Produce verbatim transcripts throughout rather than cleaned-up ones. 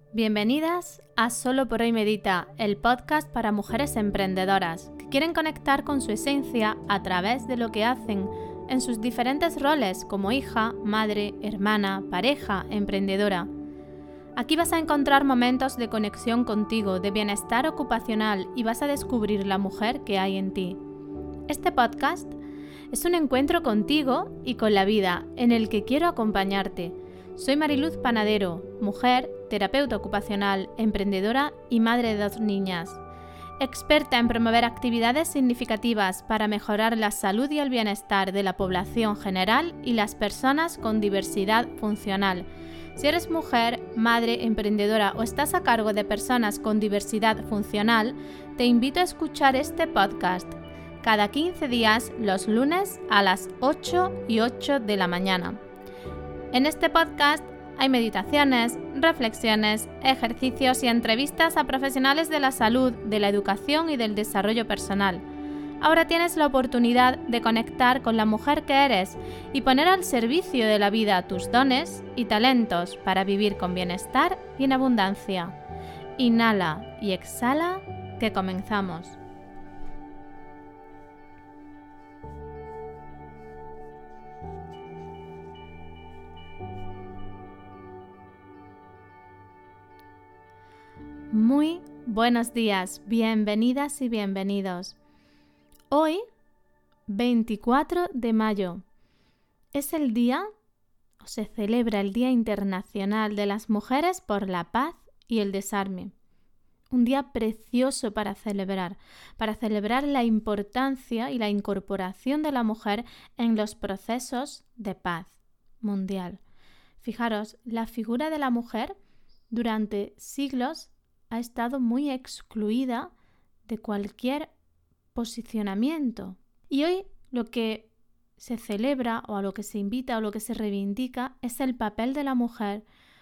Bienvenidas a Solo por hoy Medita, el podcast para mujeres emprendedoras que quieren conectar con su esencia a través de lo que hacen en sus diferentes roles como hija, madre, hermana, pareja, emprendedora. Aquí vas a encontrar momentos de conexión contigo, de bienestar ocupacional y vas a descubrir la mujer que hay en ti. Este podcast es un encuentro contigo y con la vida en el que quiero acompañarte. Soy Mariluz Panadero, mujer, terapeuta ocupacional, emprendedora y madre de dos niñas. Experta en promover actividades significativas para mejorar la salud y el bienestar de la población general y las personas con diversidad funcional. Si eres mujer, madre, emprendedora o estás a cargo de personas con diversidad funcional, te invito a escuchar este podcast cada quince días los lunes a las ocho y ocho de la mañana. En este podcast hay meditaciones, reflexiones, ejercicios y entrevistas a profesionales de la salud, de la educación y del desarrollo personal. Ahora tienes la oportunidad de conectar con la mujer que eres y poner al servicio de la vida tus dones y talentos para vivir con bienestar y en abundancia. Inhala y exhala, que comenzamos. Muy buenos días, bienvenidas y bienvenidos. Hoy, veinticuatro de mayo, es el día, o se celebra el Día Internacional de las Mujeres por la Paz y el Desarme. Un día precioso para celebrar, para celebrar la importancia y la incorporación de la mujer en los procesos de paz mundial. Fijaros, la figura de la mujer durante siglos ha estado muy excluida de cualquier posicionamiento. Y hoy lo que se celebra o a lo que se invita o lo que se reivindica es el papel de la mujer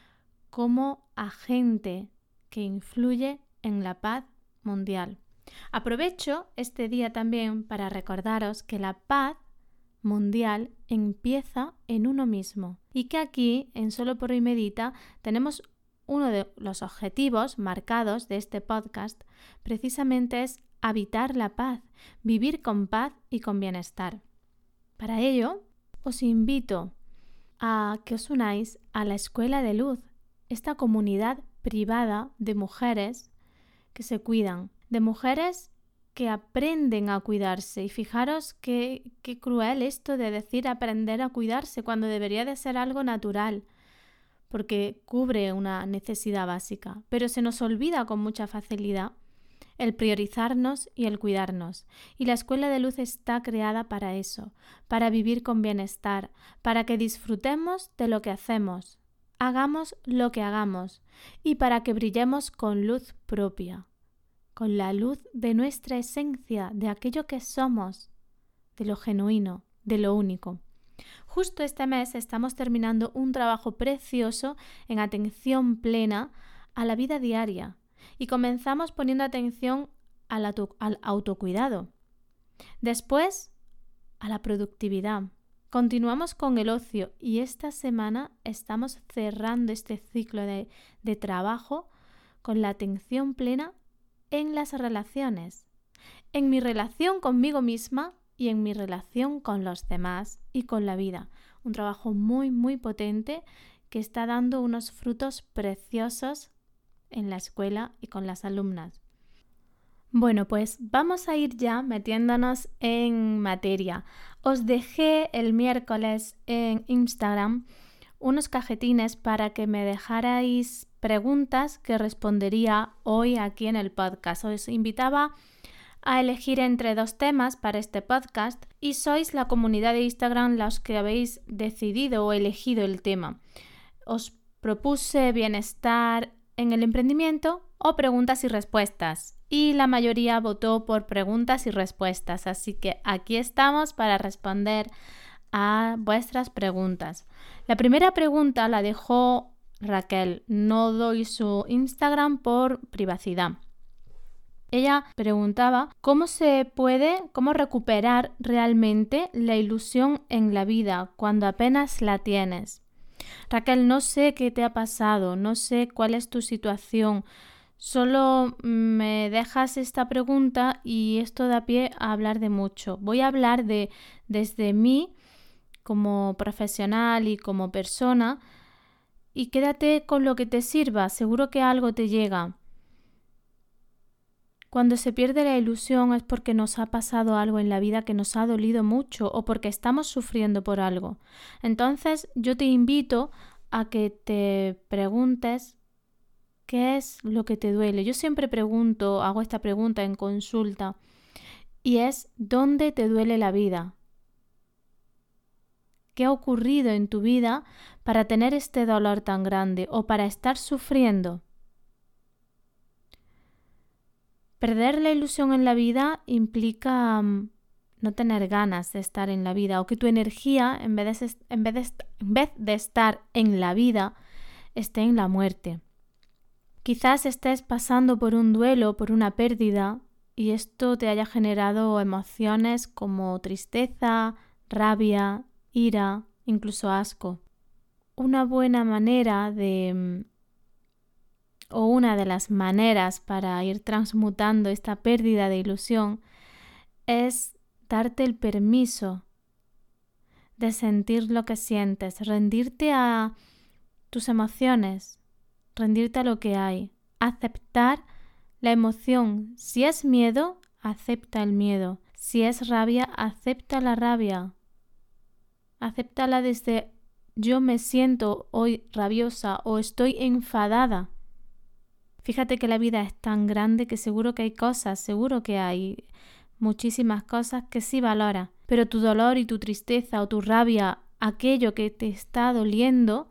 como agente que influye en la paz mundial. Aprovecho este día también para recordaros que la paz mundial empieza en uno mismo y que aquí en Solo por hoy Medita tenemos uno de los objetivos marcados de este podcast precisamente es habitar la paz, vivir con paz y con bienestar. Para ello, os invito a que os unáis a la Escuela de Luz, esta comunidad privada de mujeres que se cuidan, de mujeres que aprenden a cuidarse. Y fijaros qué, qué cruel esto de decir aprender a cuidarse cuando debería de ser algo natural, porque cubre una necesidad básica, pero se nos olvida con mucha facilidad el priorizarnos y el cuidarnos. Y la Escuela de Luz está creada para eso, para vivir con bienestar, para que disfrutemos de lo que hacemos, hagamos lo que hagamos y para que brillemos con luz propia, con la luz de nuestra esencia, de aquello que somos, de lo genuino, de lo único. Justo este mes estamos terminando un trabajo precioso en atención plena a la vida diaria y comenzamos poniendo atención al, auto, al autocuidado. Después, a la productividad. Continuamos con el ocio y esta semana estamos cerrando este ciclo de, de trabajo con la atención plena en las relaciones, en mi relación conmigo misma y en mi relación con los demás y con la vida. Un trabajo muy, muy potente que está dando unos frutos preciosos en la escuela y con las alumnas. Bueno, pues vamos a ir ya metiéndonos en materia. Os dejé el miércoles en Instagram unos cajetines para que me dejarais preguntas que respondería hoy aquí en el podcast. Os invitaba a elegir entre dos temas para este podcast y sois la comunidad de Instagram los que habéis decidido o elegido el tema. Os propuse bienestar en el emprendimiento o preguntas y respuestas y la mayoría votó por preguntas y respuestas, así que aquí estamos para responder a vuestras preguntas. La primera pregunta la dejó Raquel, no doy su Instagram por privacidad. Ella preguntaba cómo se puede, cómo recuperar realmente la ilusión en la vida cuando apenas la tienes. Raquel, no sé qué te ha pasado, no sé cuál es tu situación. Solo me dejas esta pregunta y esto da pie a hablar de mucho. Voy a hablar de desde mí como profesional y como persona y quédate con lo que te sirva, seguro que algo te llega. Cuando se pierde la ilusión es porque nos ha pasado algo en la vida que nos ha dolido mucho o porque estamos sufriendo por algo. Entonces yo te invito a que te preguntes ¿qué es lo que te duele? Yo siempre pregunto, hago esta pregunta en consulta y es ¿dónde te duele la vida? ¿Qué ha ocurrido en tu vida para tener este dolor tan grande o para estar sufriendo? Perder la ilusión en la vida implica um, no tener ganas de estar en la vida o que tu energía, en vez de, en vez de, en vez de estar en la vida, esté en la muerte. Quizás estés pasando por un duelo, por una pérdida, y esto te haya generado emociones como tristeza, rabia, ira, incluso asco. Una buena manera de, o una de las maneras para ir transmutando esta pérdida de ilusión es darte el permiso de sentir lo que sientes, rendirte a tus emociones, rendirte a lo que hay, aceptar la emoción. Si es miedo, acepta el miedo. Si es rabia, acepta la rabia. Acéptala desde yo me siento hoy rabiosa o estoy enfadada. Fíjate que la vida es tan grande que seguro que hay cosas, seguro que hay muchísimas cosas que sí valora, pero tu dolor y tu tristeza o tu rabia, aquello que te está doliendo,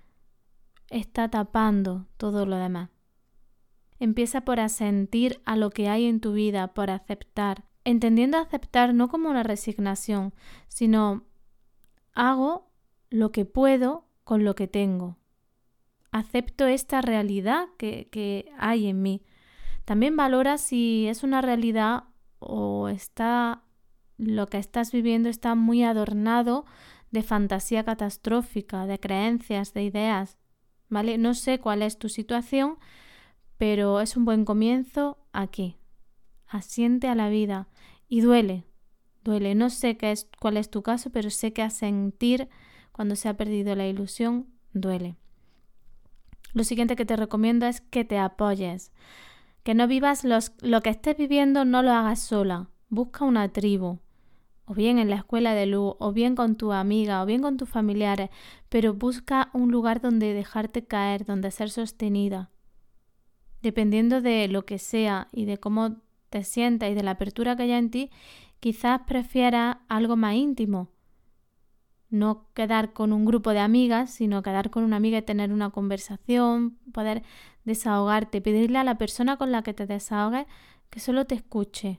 está tapando todo lo demás. Empieza por asentir a lo que hay en tu vida, por aceptar, entendiendo aceptar no como una resignación, sino hago lo que puedo con lo que tengo. Acepto esta realidad que, que hay en mí. También valora si es una realidad o está lo que estás viviendo está muy adornado de fantasía catastrófica, de creencias, de ideas. ¿Vale? No sé cuál es tu situación, pero es un buen comienzo aquí. Asiente a la vida y duele, duele. No sé qué es, cuál es tu caso, pero sé que a sentir cuando se ha perdido la ilusión duele. Lo siguiente que te recomiendo es que te apoyes, que no vivas los, lo que estés viviendo, no lo hagas sola. Busca una tribu, o bien en la escuela de luz, o bien con tu amiga, o bien con tus familiares, pero busca un lugar donde dejarte caer, donde ser sostenida. Dependiendo de lo que sea y de cómo te sientas y de la apertura que haya en ti, quizás prefieras algo más íntimo. No quedar con un grupo de amigas, sino quedar con una amiga y tener una conversación, poder desahogarte, pedirle a la persona con la que te desahogues que solo te escuche.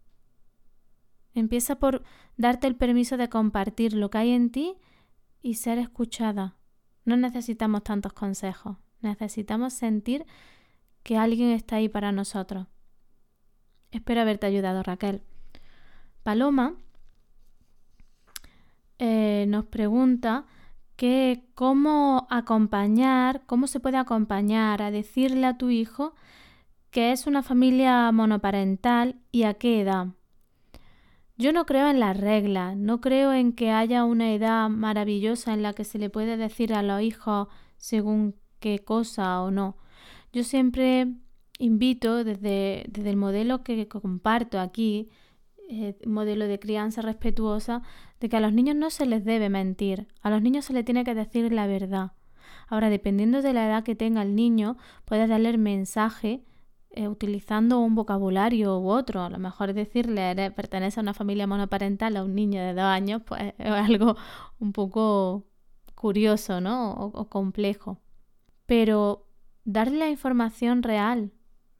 Empieza por darte el permiso de compartir lo que hay en ti y ser escuchada. No necesitamos tantos consejos, necesitamos sentir que alguien está ahí para nosotros. Espero haberte ayudado, Raquel. Paloma eh, nos pregunta que cómo acompañar, cómo se puede acompañar a decirle a tu hijo que es una familia monoparental y a qué edad. Yo no creo en las reglas, no creo en que haya una edad maravillosa en la que se le puede decir a los hijos según qué cosa o no. Yo siempre invito desde, desde el modelo que comparto aquí, eh, modelo de crianza respetuosa, de que a los niños no se les debe mentir, a los niños se les tiene que decir la verdad. Ahora, dependiendo de la edad que tenga el niño, puedes darle el mensaje eh, utilizando un vocabulario u otro. A lo mejor decirle eres, pertenece a una familia monoparental a un niño de dos años, pues es algo un poco curioso, ¿no? O, o complejo. Pero darle la información real.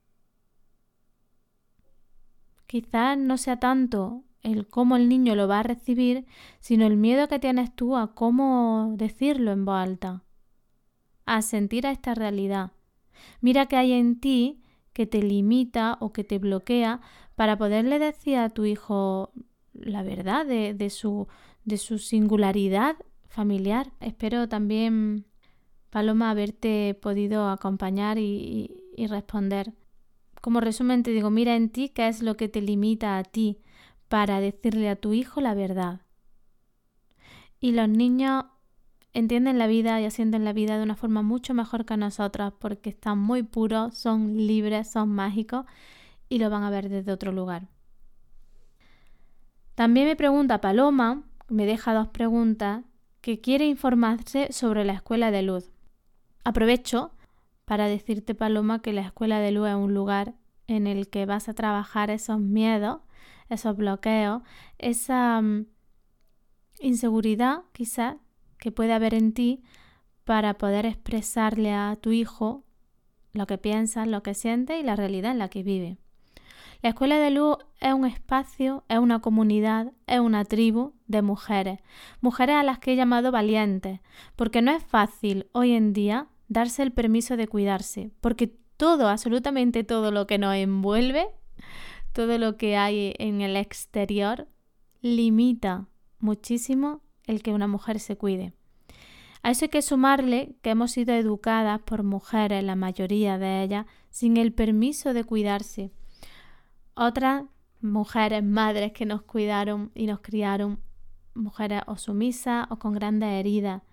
Quizás no sea tanto el cómo el niño lo va a recibir, sino el miedo que tienes tú a cómo decirlo en voz alta, a sentir a esta realidad. Mira qué hay en ti que te limita o que te bloquea para poderle decir a tu hijo la verdad de, de, su, de su singularidad familiar. Espero también, Paloma, haberte podido acompañar y, y, y responder. Como resumen te digo, mira en ti qué es lo que te limita a ti para decirle a tu hijo la verdad. Y los niños entienden la vida y asienten la vida de una forma mucho mejor que nosotras porque están muy puros, son libres, son mágicos y lo van a ver desde otro lugar. También me pregunta Paloma, me deja dos preguntas, que quiere informarse sobre la Escuela de Luz. Aprovecho para decirte, Paloma, que la Escuela de Luz es un lugar en el que vas a trabajar esos miedos, esos bloqueos, esa um, inseguridad quizás que puede haber en ti para poder expresarle a tu hijo lo que piensas, lo que sientes y la realidad en la que vive. La Escuela de Luz es un espacio, es una comunidad, es una tribu de mujeres, mujeres a las que he llamado valientes, porque no es fácil hoy en día darse el permiso de cuidarse, porque todo, absolutamente todo lo que nos envuelve, todo lo que hay en el exterior, limita muchísimo el que una mujer se cuide. A eso hay que sumarle que hemos sido educadas por mujeres, la mayoría de ellas, sin el permiso de cuidarse. Otras mujeres, madres que nos cuidaron y nos criaron, mujeres o sumisas o con grandes heridas.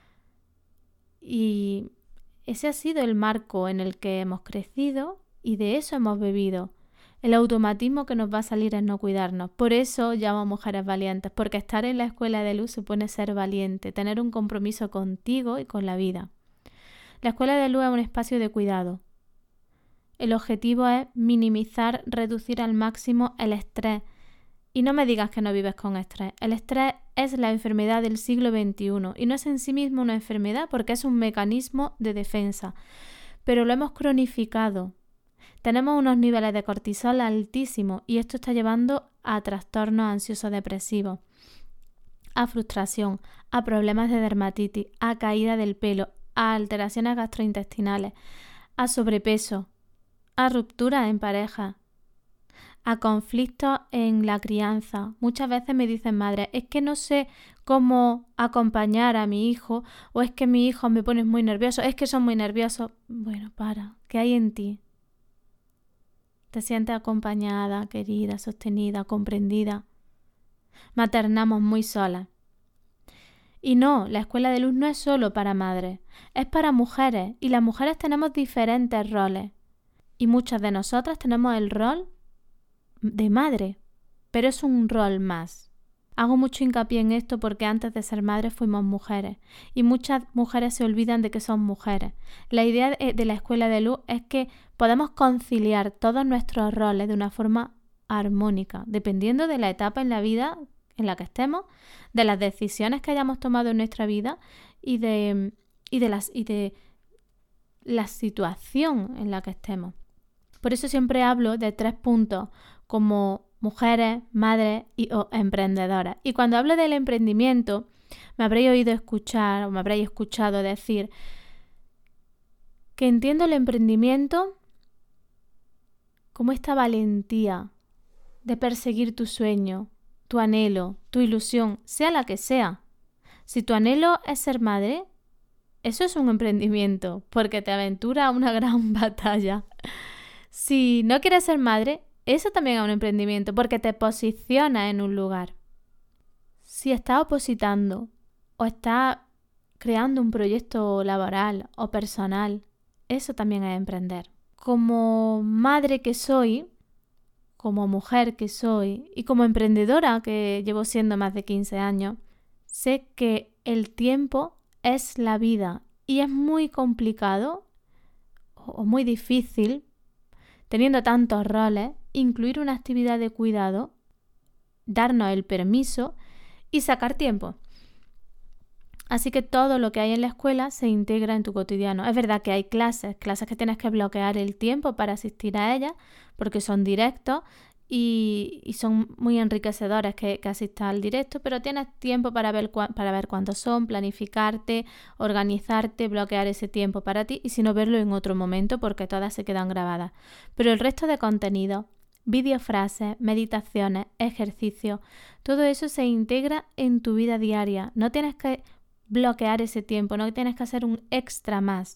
Y ese ha sido el marco en el que hemos crecido y de eso hemos bebido. El automatismo que nos va a salir es no cuidarnos. Por eso llamo mujeres valientes, porque estar en la Escuela de Luz supone ser valiente, tener un compromiso contigo y con la vida. La Escuela de Luz es un espacio de cuidado. El objetivo es minimizar, reducir al máximo el estrés. Y no me digas que no vives con estrés. El estrés es la enfermedad del siglo veintiuno y no es en sí mismo una enfermedad porque es un mecanismo de defensa. Pero lo hemos cronificado. Tenemos unos niveles de cortisol altísimos y esto está llevando a trastornos ansiosos depresivos, a frustración, a problemas de dermatitis, a caída del pelo, a alteraciones gastrointestinales, a sobrepeso, a rupturas en pareja, a conflictos en la crianza. Muchas veces me dicen madres, es que no sé cómo acompañar a mi hijo o es que mi hijo me pone muy nervioso, es que son muy nerviosos. Bueno, para, ¿qué hay en ti? Te sientes acompañada, querida, sostenida, comprendida. Maternamos muy solas. Y no, la Escuela de Luz no es solo para madres, es para mujeres y las mujeres tenemos diferentes roles. Y muchas de nosotras tenemos el rol de madre, pero es un rol más. Hago mucho hincapié en esto porque antes de ser madres fuimos mujeres y muchas mujeres se olvidan de que son mujeres. La idea de la Escuela de Luz es que podemos conciliar todos nuestros roles de una forma armónica, dependiendo de la etapa en la vida en la que estemos, de las decisiones que hayamos tomado en nuestra vida y de, y de, las, y de la situación en la que estemos. Por eso siempre hablo de tres puntos como mujeres, madres y o emprendedoras. Y cuando hablo del emprendimiento, me habréis oído escuchar o me habréis escuchado decir que entiendo el emprendimiento como esta valentía de perseguir tu sueño, tu anhelo, tu ilusión, sea la que sea. Si tu anhelo es ser madre, eso es un emprendimiento, porque te aventura a una gran batalla. Si no quieres ser madre, eso también es un emprendimiento, porque te posiciona en un lugar. Si estás opositando o estás creando un proyecto laboral o personal, eso también es emprender. Como madre que soy, como mujer que soy y como emprendedora que llevo siendo más de quince años, sé que el tiempo es la vida y es muy complicado o muy difícil, teniendo tantos roles, incluir una actividad de cuidado, darnos el permiso y sacar tiempo. Así que todo lo que hay en la escuela se integra en tu cotidiano. Es verdad que hay clases, clases que tienes que bloquear el tiempo para asistir a ellas, porque son directos y, y son muy enriquecedores que, que asistas al directo, pero tienes tiempo para ver, para ver cuántos son, planificarte, organizarte, bloquear ese tiempo para ti y si no verlo en otro momento porque todas se quedan grabadas. Pero el resto de contenido, videofrases, meditaciones, ejercicios, todo eso se integra en tu vida diaria. No tienes que bloquear ese tiempo, no tienes que hacer un extra más.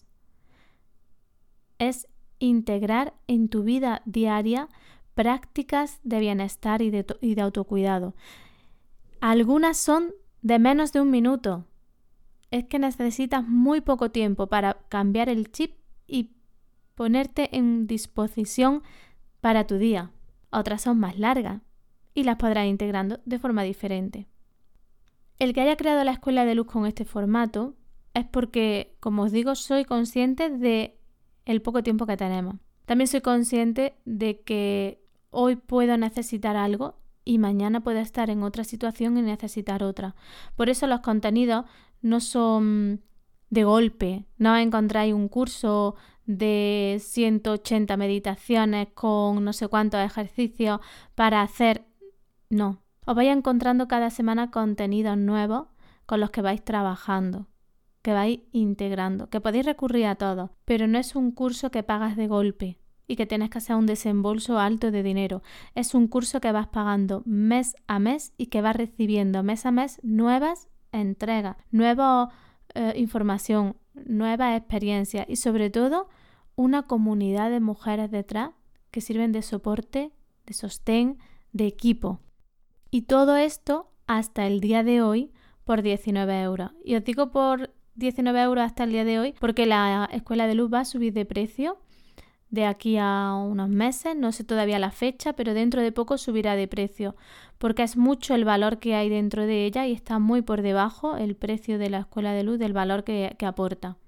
Es integrar en tu vida diaria prácticas de bienestar y de, y de autocuidado. Algunas son de menos de un minuto. Es que necesitas muy poco tiempo para cambiar el chip y ponerte en disposición para tu día. Otras son más largas y las podrás ir integrando de forma diferente. El que haya creado la Escuela de Luz con este formato es porque, como os digo, soy consciente de el poco tiempo que tenemos. También soy consciente de que hoy puedo necesitar algo y mañana puedo estar en otra situación y necesitar otra. Por eso los contenidos no son de golpe. No encontráis un curso de ciento ochenta meditaciones con no sé cuántos ejercicios para hacer. No. Os vais encontrando cada semana contenidos nuevos con los que vais trabajando, que vais integrando, que podéis recurrir a todos, pero no es un curso que pagas de golpe y que tienes que hacer un desembolso alto de dinero. Es un curso que vas pagando mes a mes y que vas recibiendo mes a mes nuevas entregas, nueva eh, información, nuevas experiencias y sobre todo una comunidad de mujeres detrás que sirven de soporte, de sostén, de equipo. Y todo esto hasta el día de hoy por diecinueve euros. Y os digo por diecinueve euros hasta el día de hoy porque la Escuela de Luz va a subir de precio de aquí a unos meses. No sé todavía la fecha, pero dentro de poco subirá de precio porque es mucho el valor que hay dentro de ella y está muy por debajo el precio de la Escuela de Luz del valor que, que aporta.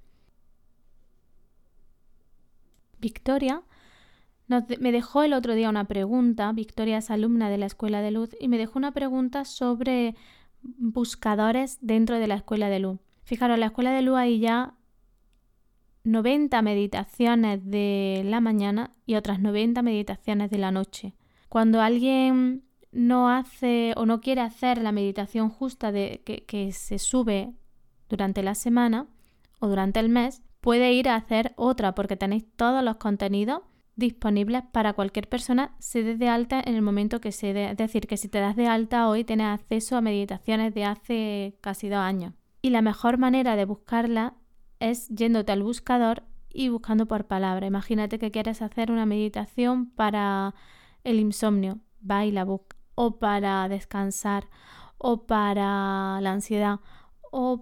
Victoria Nos, me dejó el otro día una pregunta. Victoria es alumna de la Escuela de Luz y me dejó una pregunta sobre buscadores dentro de la Escuela de Luz. Fijaros, en la Escuela de Luz hay ya noventa meditaciones de la mañana y otras noventa meditaciones de la noche. Cuando alguien no hace o no quiere hacer la meditación justa de, que, que se sube durante la semana o durante el mes, puede ir a hacer otra porque tenéis todos los contenidos disponibles para cualquier persona, se dé de alta en el momento que se dé. Es decir, que si te das de alta hoy tienes acceso a meditaciones de hace casi dos años. Y la mejor manera de buscarla es yéndote al buscador y buscando por palabra. Imagínate que quieres hacer una meditación para el insomnio, va y la busca. O para descansar, o para la ansiedad, o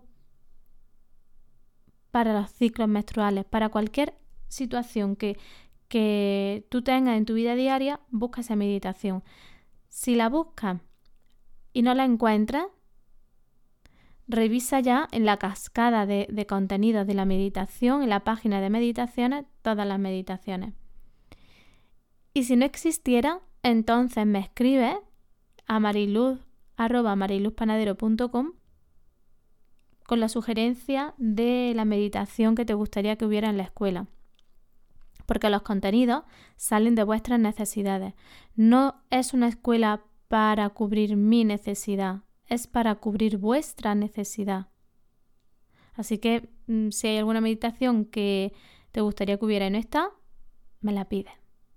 para los ciclos menstruales, para cualquier situación que que tú tengas en tu vida diaria, busca esa meditación. Si la buscas y no la encuentras, revisa ya en la cascada de, de contenidos de la meditación, en la página de meditaciones, todas las meditaciones. Y si no existiera, entonces me escribes a mariluz arroba mariluzpanadero punto com con la sugerencia de la meditación que te gustaría que hubiera en la escuela. Porque los contenidos salen de vuestras necesidades. No es una escuela para cubrir mi necesidad, es para cubrir vuestra necesidad. Así que si hay alguna meditación que te gustaría que hubiera y no está, me la pides.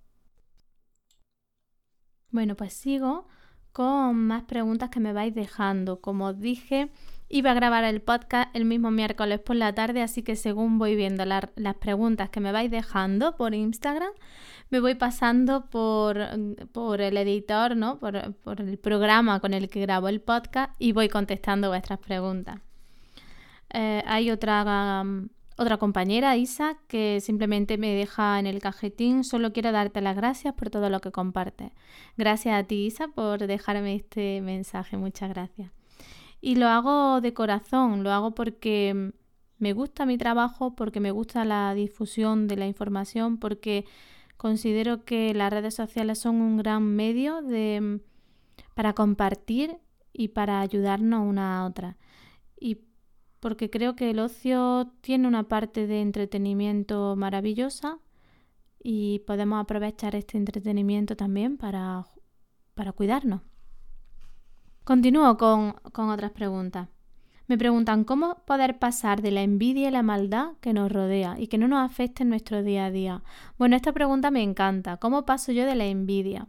Bueno, pues sigo con más preguntas que me vais dejando. Como os dije, iba a grabar el podcast el mismo miércoles por la tarde, así que según voy viendo la, las preguntas que me vais dejando por Instagram, me voy pasando por, por el editor, ¿no? Por, por el programa con el que grabo el podcast y voy contestando vuestras preguntas. Eh, hay otra, um, otra compañera, Isa, que simplemente me deja en el cajetín: solo quiero darte las gracias por todo lo que compartes. Gracias a ti, Isa, por dejarme este mensaje. Muchas gracias. Y lo hago de corazón, lo hago porque me gusta mi trabajo, porque me gusta la difusión de la información, porque considero que las redes sociales son un gran medio de, para compartir y para ayudarnos una a otra. Y porque creo que el ocio tiene una parte de entretenimiento maravillosa y podemos aprovechar este entretenimiento también para, para cuidarnos. Continúo con, con otras preguntas. Me preguntan cómo poder pasar de la envidia y la maldad que nos rodea y que no nos afecte en nuestro día a día. Bueno, esta pregunta me encanta. ¿Cómo paso yo de la envidia?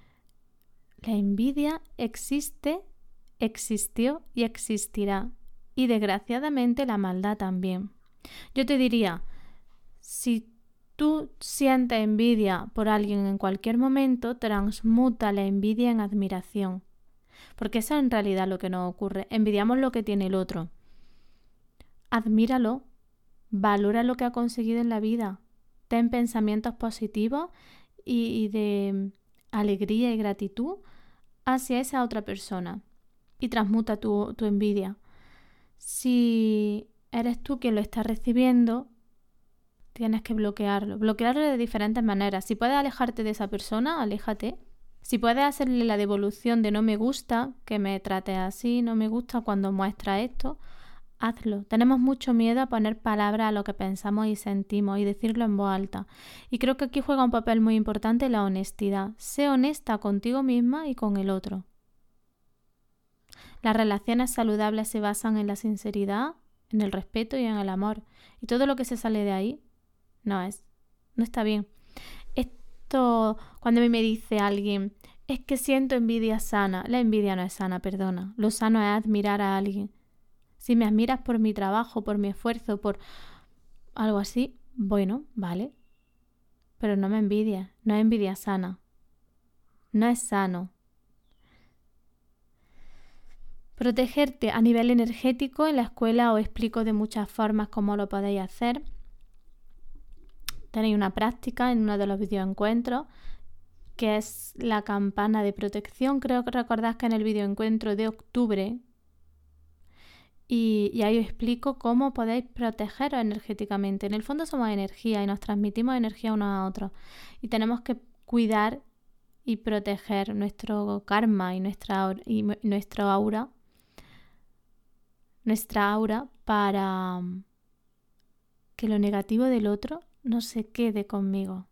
La envidia existe, existió y existirá. y desgraciadamente la maldad también. Yo te diría, si tú sientes envidia por alguien en cualquier momento, transmuta la envidia en admiración. Porque eso es en realidad lo que nos ocurre. Envidiamos lo que tiene el otro. Admíralo, valora lo que ha conseguido en la vida. Ten pensamientos positivos y, y de alegría y gratitud hacia esa otra persona. Y transmuta tu, tu envidia. Si eres tú quien lo está recibiendo, tienes que bloquearlo. Bloquearlo de diferentes maneras. Si puedes alejarte de esa persona, aléjate. Si puedes hacerle la devolución de no me gusta que me trates así, no me gusta cuando muestra esto, hazlo. Tenemos mucho miedo a poner palabras a lo que pensamos y sentimos y decirlo en voz alta. Y creo que aquí juega un papel muy importante la honestidad. Sé honesta contigo misma y con el otro. Las relaciones saludables se basan en la sinceridad, en el respeto y en el amor. Y todo lo que se sale de ahí no es, no está bien. Esto, cuando a mí me dice alguien, es que siento envidia sana. La envidia no es sana, perdona. Lo sano es admirar a alguien. Si me admiras por mi trabajo, por mi esfuerzo, por algo así, bueno, vale. Pero no me envidias, no es envidia sana. No es sano. Protegerte a nivel energético, en la escuela os explico de muchas formas cómo lo podéis hacer. Tenéis una práctica en uno de los videoencuentros, que es la campana de protección. Creo que recordás que en el videoencuentro de octubre, y, y ahí os explico cómo podéis protegeros energéticamente. En el fondo somos energía y nos transmitimos energía unos a otros. Y tenemos que cuidar y proteger nuestro karma y nuestra, y nuestro aura, nuestra aura para que lo negativo del otro no se quede conmigo.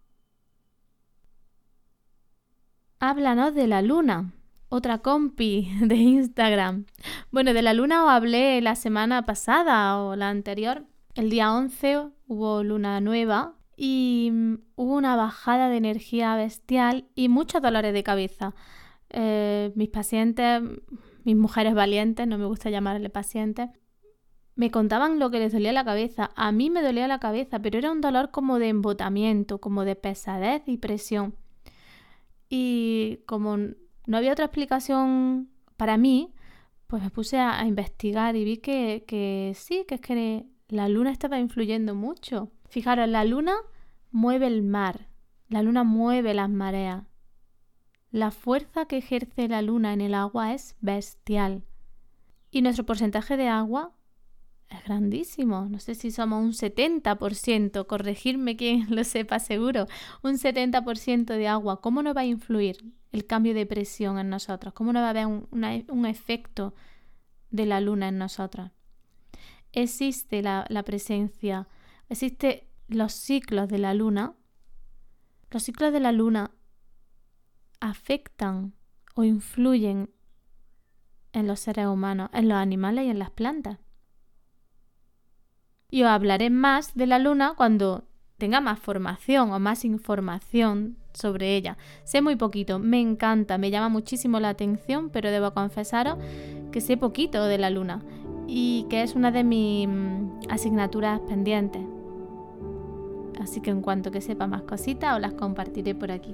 Háblanos de la luna, otra compi de Instagram. Bueno, de la luna os hablé la semana pasada o la anterior. El día once hubo luna nueva y hubo una bajada de energía bestial y muchos dolores de cabeza. Eh, mis pacientes, mis mujeres valientes, no me gusta llamarle pacientes, me contaban lo que les dolía la cabeza. A mí me dolía la cabeza, pero era un dolor como de embotamiento, como de pesadez y presión. Y como no había otra explicación para mí, pues me puse a, a investigar y vi que, que sí, que es que la luna estaba influyendo mucho. Fijaros, la luna mueve el mar, la luna mueve las mareas. La fuerza que ejerce la luna en el agua es bestial. Y nuestro porcentaje de agua es grandísimo. No sé si somos un setenta por ciento, corregirme quien lo sepa seguro, un setenta por ciento de agua. ¿Cómo no va a influir el cambio de presión en nosotros? ¿Cómo no va a haber un, una, un efecto de la luna en nosotros? Existe la, la presencia, existen los ciclos de la luna. Los ciclos de la luna afectan o influyen en los seres humanos, en los animales y en las plantas. Y os hablaré más de la luna cuando tenga más formación o más información sobre ella. Sé muy poquito, me encanta, me llama muchísimo la atención, pero debo confesaros que sé poquito de la luna y que es una de mis asignaturas pendientes. Así que en cuanto que sepa más cositas os las compartiré por aquí.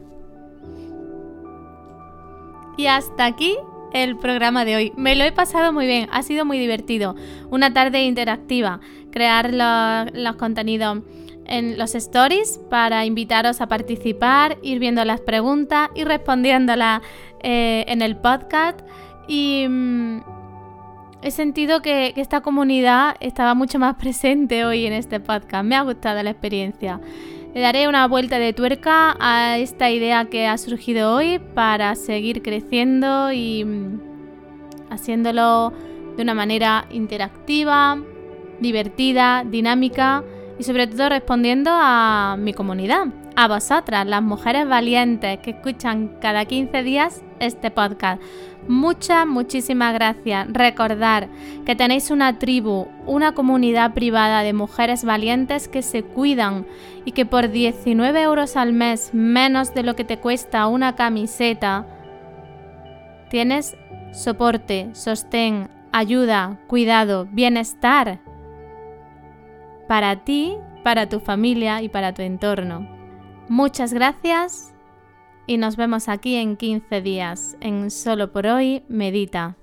Y hasta aquí el programa de hoy. Me lo he pasado muy bien, ha sido muy divertido. Una tarde interactiva, crear los, los contenidos en los stories para invitaros a participar, ir viendo las preguntas y respondiéndolas eh, en el podcast. Y mmm, he sentido que, que esta comunidad estaba mucho más presente hoy en este podcast. Me ha gustado la experiencia. Le daré una vuelta de tuerca a esta idea que ha surgido hoy para seguir creciendo y haciéndolo de una manera interactiva, divertida, dinámica y sobre todo respondiendo a mi comunidad, a vosotras, las mujeres valientes que escuchan cada quince días este podcast. Muchas, muchísimas gracias. Recordad que tenéis una tribu, una comunidad privada de mujeres valientes que se cuidan y que por diecinueve euros al mes, menos de lo que te cuesta una camiseta, tienes soporte, sostén, ayuda, cuidado, bienestar para ti, para tu familia y para tu entorno. Muchas gracias y nos vemos aquí en quince días en Solo por Hoy Medita.